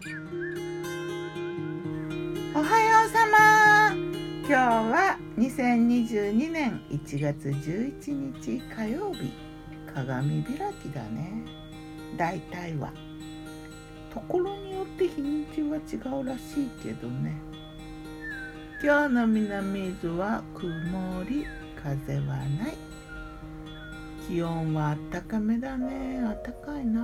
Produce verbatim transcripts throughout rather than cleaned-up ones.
おはようさま。今日はにせんにじゅうにねんいちがつじゅういちにち火曜日、鏡開きだね。大体はところによって日にちは違うらしいけどね。今日の南伊豆は曇り、風はない。気温はあったかめだね。あったかいな。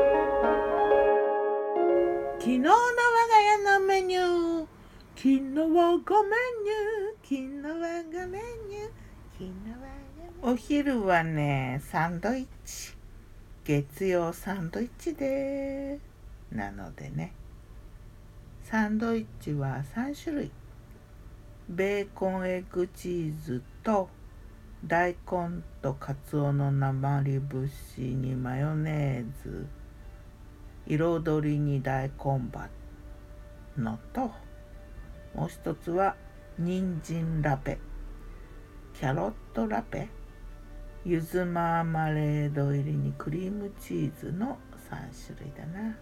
昨日の我が家のメニュー、昨日はごメニュー、昨日はごメニュー、昨日はお昼はね、サンドイッチ。月曜サンドイッチでなのでね、サンドイッチはさんしゅるい。ベーコンエッグチーズと大根とカツオのなまり節にマヨネーズ、彩りに大根葉のと、もう一つは人参ラペ、キャロットラペ、柚子マーマレード入りにクリームチーズのさんしゅるいだな。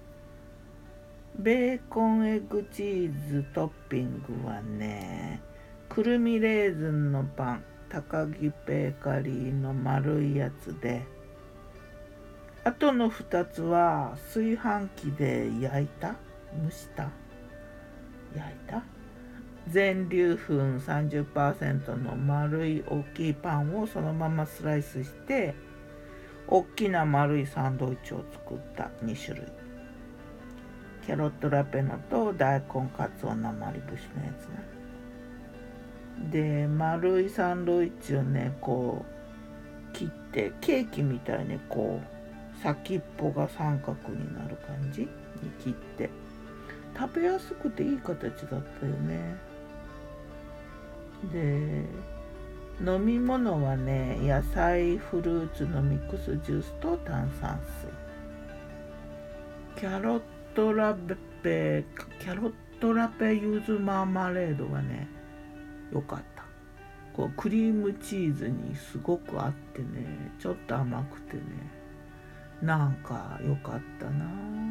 ベーコンエッグチーズトッピングはね、くるみレーズンのパン、高木ベーカリーの丸いやつで、あとのふたつは炊飯器で焼いた蒸した焼いた全粒粉 さんじゅっパーセント の丸い大きいパンをそのままスライスして大きな丸いサンドイッチを作ったにしゅるい。キャロットラペのと大根カツオなまり節のやつな。で丸いサンドイッチをねこう切ってケーキみたいにこう先っぽが三角になる感じに切って食べやすくていい形だったよね。で飲み物はね、野菜フルーツのミックスジュースと炭酸水。キャロットラペキャロットラペユズマーマレードがねよかった。こうクリームチーズにすごく合ってね、ちょっと甘くてね、なんか良かったな。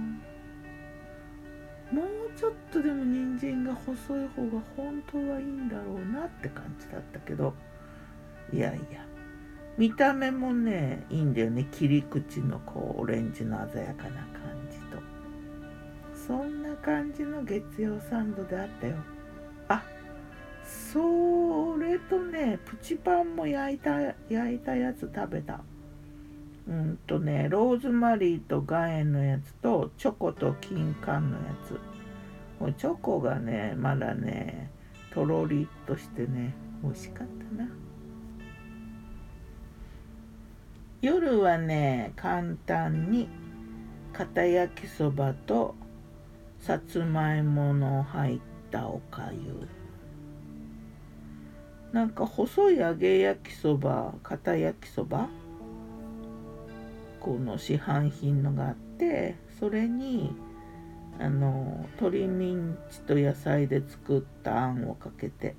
もうちょっとでも人参が細い方が本当はいいんだろうなって感じだったけど、いやいや見た目もねいいんだよね。切り口のこうオレンジの鮮やかな感じと、そんな感じの月曜サンドであったよ。あ、それとねプチパンも焼いた焼いたやつ食べた。うんとね、ローズマリーと岩塩のやつとチョコと金柑のやつ。チョコがねまだねとろりっとしてね美味しかったな。夜はね簡単に片焼きそばとさつまいもの入ったおかゆ。なんか細い揚げ焼きそば、片焼きそばこの市販品のがあって、それにあの鶏ミンチと野菜で作ったあんをかけて、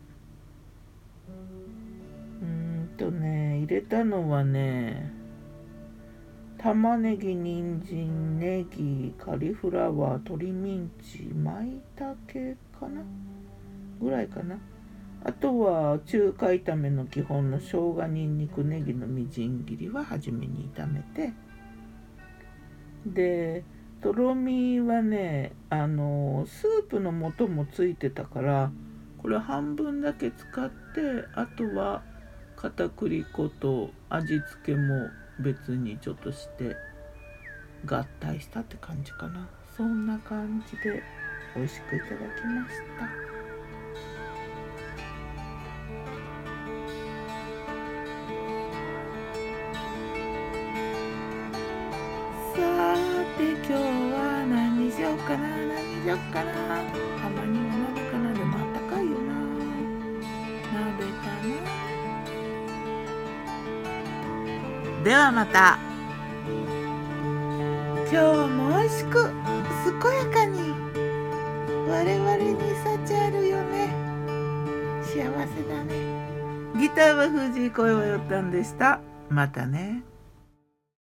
うーんとね入れたのはね玉ねぎ、人参、ネギ、カリフラワー、鶏ミンチ、舞茸かなぐらいかな。あとは中華炒めの基本の生姜、にんにく、ネギのみじん切りは初めに炒めて、でとろみはねあのスープの素もついてたからこれ半分だけ使って、あとは片栗粉と味付けも別にちょっとして合体したって感じかな。そんな感じで美味しくいただきました。さて今日は何にしようかな何にしようかな。たまには鍋かな。でもあったかいよな。鍋かな。ではまた。今日も美味しく健やかに我々に幸あるよね。幸せだね。ギターは藤井、声はよったんでした。またね。